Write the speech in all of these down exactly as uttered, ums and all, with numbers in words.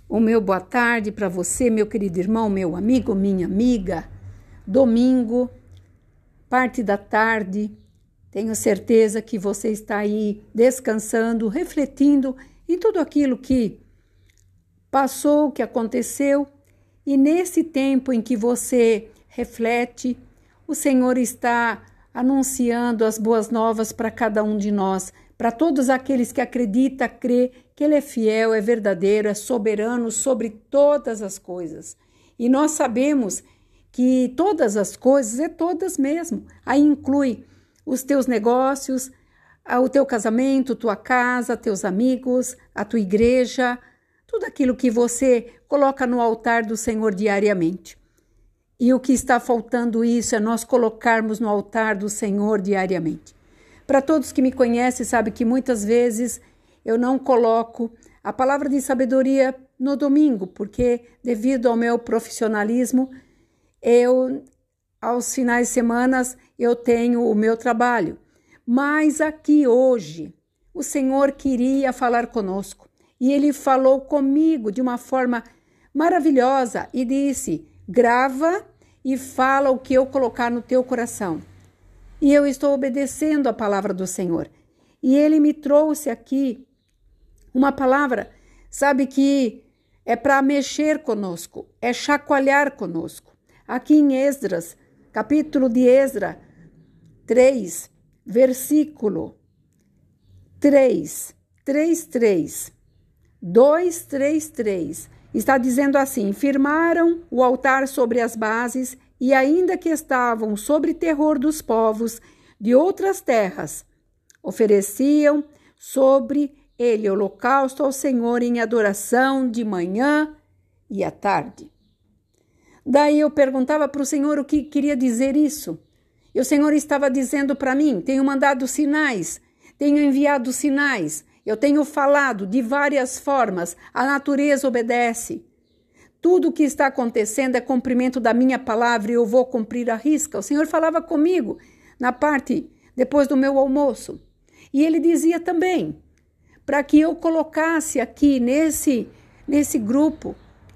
O meu boa tarde para você, meu querido irmão, meu amigo, minha amiga. Domingo, parte da tarde. Tenho certeza que você está aí descansando, refletindo em tudo aquilo que passou, que aconteceu. E nesse tempo em que você reflete, o Senhor está anunciando as boas novas para cada um de nós, para todos aqueles que acreditam, crê que Ele é fiel, é verdadeiro, é soberano sobre todas as coisas. E nós sabemos que todas as coisas é todas mesmo. Aí inclui os teus negócios, o teu casamento, tua casa, teus amigos, a tua igreja, tudo aquilo que você coloca no altar do Senhor diariamente. E o que está faltando isso é nós colocarmos no altar do Senhor diariamente. Para todos que me conhecem, sabe que muitas vezes eu não coloco a palavra de sabedoria no domingo, porque devido ao meu profissionalismo, eu, aos finais de semana, eu tenho o meu trabalho. Mas aqui hoje, o Senhor queria falar conosco. E Ele falou comigo de uma forma maravilhosa e disse: grava e fala o que eu colocar no teu coração. E eu estou obedecendo a palavra do Senhor. E Ele me trouxe aqui uma palavra, sabe, que é para mexer conosco, é chacoalhar conosco. Aqui em Esdras, capítulo de Esdras três, versículo três, três, três, dois, três, três, está dizendo assim: firmaram o altar sobre as bases, e ainda que estavam sobre terror dos povos de outras terras, ofereciam sobre ele holocausto ao Senhor em adoração de manhã e à tarde. Daí eu perguntava para o Senhor o que queria dizer isso. E o Senhor estava dizendo para mim: tenho mandado sinais, tenho enviado sinais, eu tenho falado de várias formas, a natureza obedece. Tudo o que está acontecendo é cumprimento da minha palavra e eu vou cumprir a risca. O Senhor falava comigo na parte depois do meu almoço. E Ele dizia também para que eu colocasse aqui nesse, nesse grupo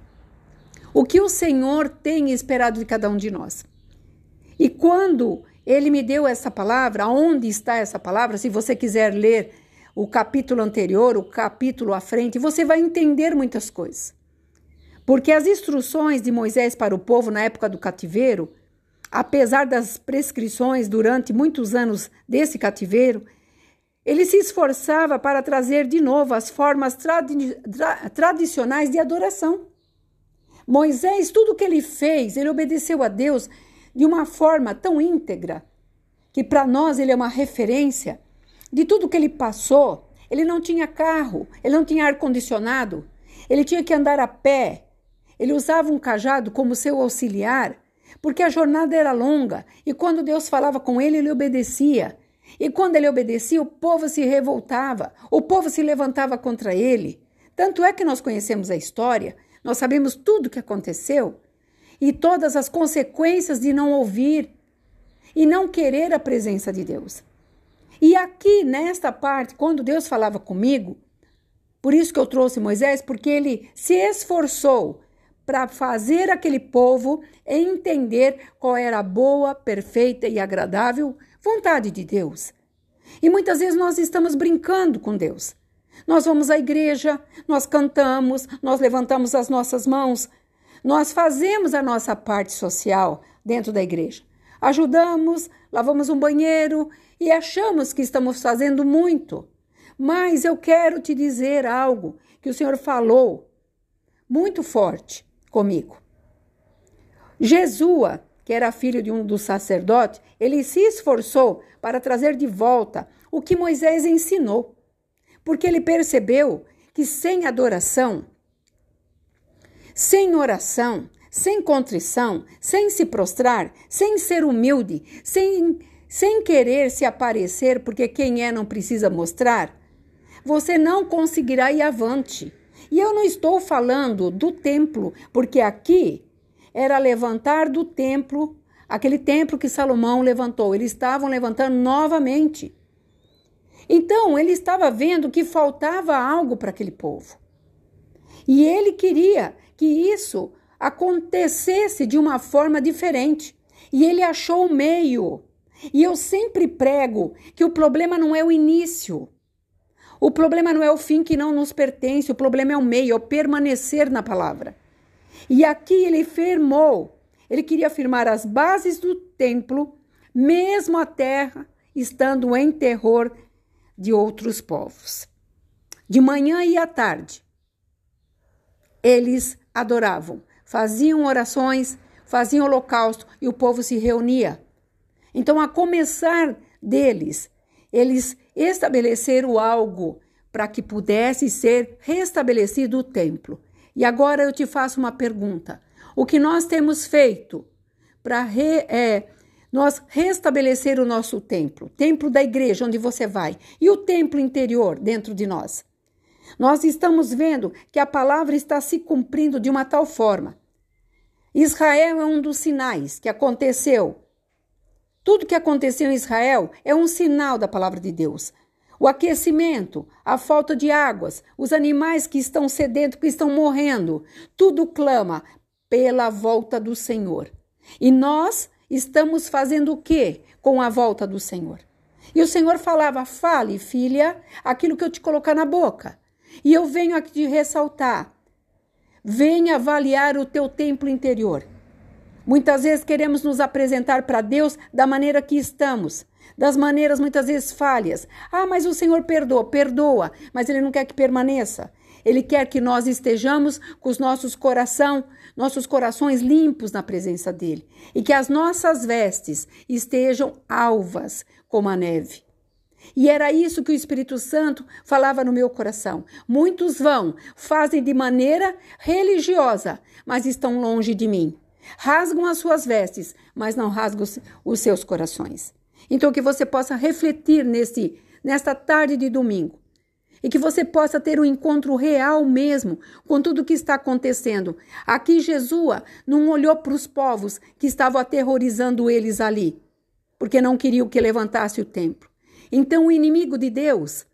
o que o Senhor tem esperado de cada um de nós. E quando Ele me deu essa palavra, onde está essa palavra? Se você quiser ler o capítulo anterior, o capítulo à frente, você vai entender muitas coisas. Porque as instruções de Moisés para o povo na época do cativeiro, apesar das prescrições durante muitos anos desse cativeiro, ele se esforçava para trazer de novo as formas tradi- tra- tradicionais de adoração. Moisés, tudo o que ele fez, ele obedeceu a Deus de uma forma tão íntegra, que para nós ele é uma referência de tudo que ele passou. Ele não tinha carro, ele não tinha ar-condicionado, ele tinha que andar a pé. Ele usava um cajado como seu auxiliar, porque a jornada era longa, e quando Deus falava com ele, ele obedecia. E quando ele obedecia, o povo se revoltava, o povo se levantava contra ele. Tanto é que nós conhecemos a história, nós sabemos tudo o que aconteceu, e todas as consequências de não ouvir e não querer a presença de Deus. E aqui, nesta parte, quando Deus falava comigo, por isso que eu trouxe Moisés, porque ele se esforçou para fazer aquele povo entender qual era a boa, perfeita e agradável vontade de Deus. E muitas vezes nós estamos brincando com Deus. Nós vamos à igreja, nós cantamos, nós levantamos as nossas mãos, nós fazemos a nossa parte social dentro da igreja. Ajudamos, lavamos um banheiro e achamos que estamos fazendo muito. Mas eu quero te dizer algo que o Senhor falou muito forte comigo. Jesua, que era filho de um dos sacerdotes, ele se esforçou para trazer de volta o que Moisés ensinou, porque ele percebeu que sem adoração, sem oração, sem contrição, sem se prostrar, sem ser humilde, sem, sem querer se aparecer, porque quem é não precisa mostrar, você não conseguirá ir avante. E eu não estou falando do templo, porque aqui era levantar do templo, aquele templo que Salomão levantou. Eles estavam levantando novamente. Então, ele estava vendo que faltava algo para aquele povo. E ele queria que isso acontecesse de uma forma diferente. E ele achou o meio. E eu sempre prego que o problema não é o início. O problema não é o fim que não nos pertence. O problema é o meio, é o permanecer na palavra. E aqui ele firmou. Ele queria firmar as bases do templo, mesmo a terra estando em terror de outros povos. De manhã e à tarde, eles adoravam, faziam orações, faziam holocausto e o povo se reunia. Então, a começar deles, eles estabeleceram algo para que pudesse ser restabelecido o templo. E agora eu te faço uma pergunta. O que nós temos feito para re, é, nós restabelecer o nosso templo, templo da igreja onde você vai, e o templo interior dentro de nós? Nós estamos vendo que a palavra está se cumprindo de uma tal forma. Israel é um dos sinais que aconteceu. Tudo que aconteceu em Israel é um sinal da palavra de Deus. O aquecimento, a falta de águas, os animais que estão sedentos, que estão morrendo, tudo clama pela volta do Senhor. E nós estamos fazendo o quê com a volta do Senhor? E o Senhor falava, fale, filha, aquilo que eu te colocar na boca. E eu venho aqui te ressaltar. Venha avaliar o teu templo interior. Muitas vezes queremos nos apresentar para Deus da maneira que estamos, das maneiras muitas vezes falhas. Ah, mas o Senhor perdoa, perdoa, mas Ele não quer que permaneça. Ele quer que nós estejamos com os nossos coração, nossos corações limpos na presença dEle. E que as nossas vestes estejam alvas como a neve. E era isso que o Espírito Santo falava no meu coração. Muitos vão, fazem de maneira religiosa, mas estão longe de mim. Rasgam as suas vestes, mas não rasgam os seus corações. Então que você possa refletir nesse, nesta tarde de domingo. E que você possa ter um encontro real mesmo com tudo o que está acontecendo. Aqui Jesua não olhou para os povos que estavam aterrorizando eles ali, porque não queriam que levantasse o templo. Então o inimigo de Deus,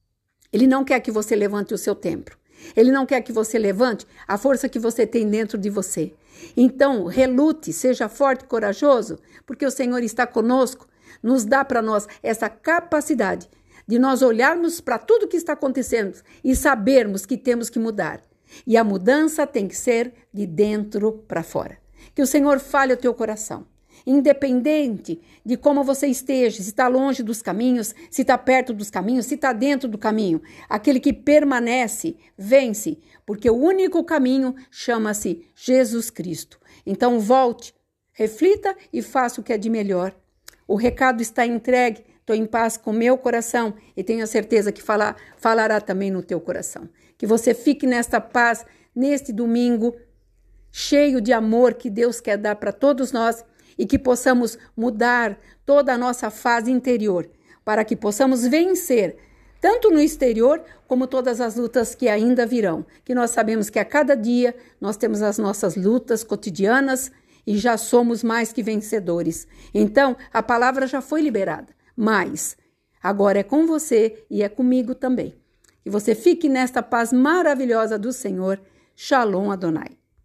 ele não quer que você levante o seu templo. Ele não quer que você levante a força que você tem dentro de você. Então, relute, seja forte e corajoso, porque o Senhor está conosco, nos dá para nós essa capacidade de nós olharmos para tudo que está acontecendo e sabermos que temos que mudar. E a mudança tem que ser de dentro para fora. Que o Senhor fale ao teu coração. Independente de como você esteja, se está longe dos caminhos, se está perto dos caminhos, se está dentro do caminho, aquele que permanece, vence, porque o único caminho chama-se Jesus Cristo. Então volte, reflita e faça o que é de melhor. O recado está entregue, estou em paz com o meu coração e tenho a certeza que falar, falará também no teu coração. Que você fique nesta paz, neste domingo, cheio de amor que Deus quer dar para todos nós, e que possamos mudar toda a nossa fase interior, para que possamos vencer, tanto no exterior, como todas as lutas que ainda virão. Que nós sabemos que a cada dia nós temos as nossas lutas cotidianas e já somos mais que vencedores. Então, a palavra já foi liberada, mas agora é com você e é comigo também. Que você fique nesta paz maravilhosa do Senhor. Shalom Adonai.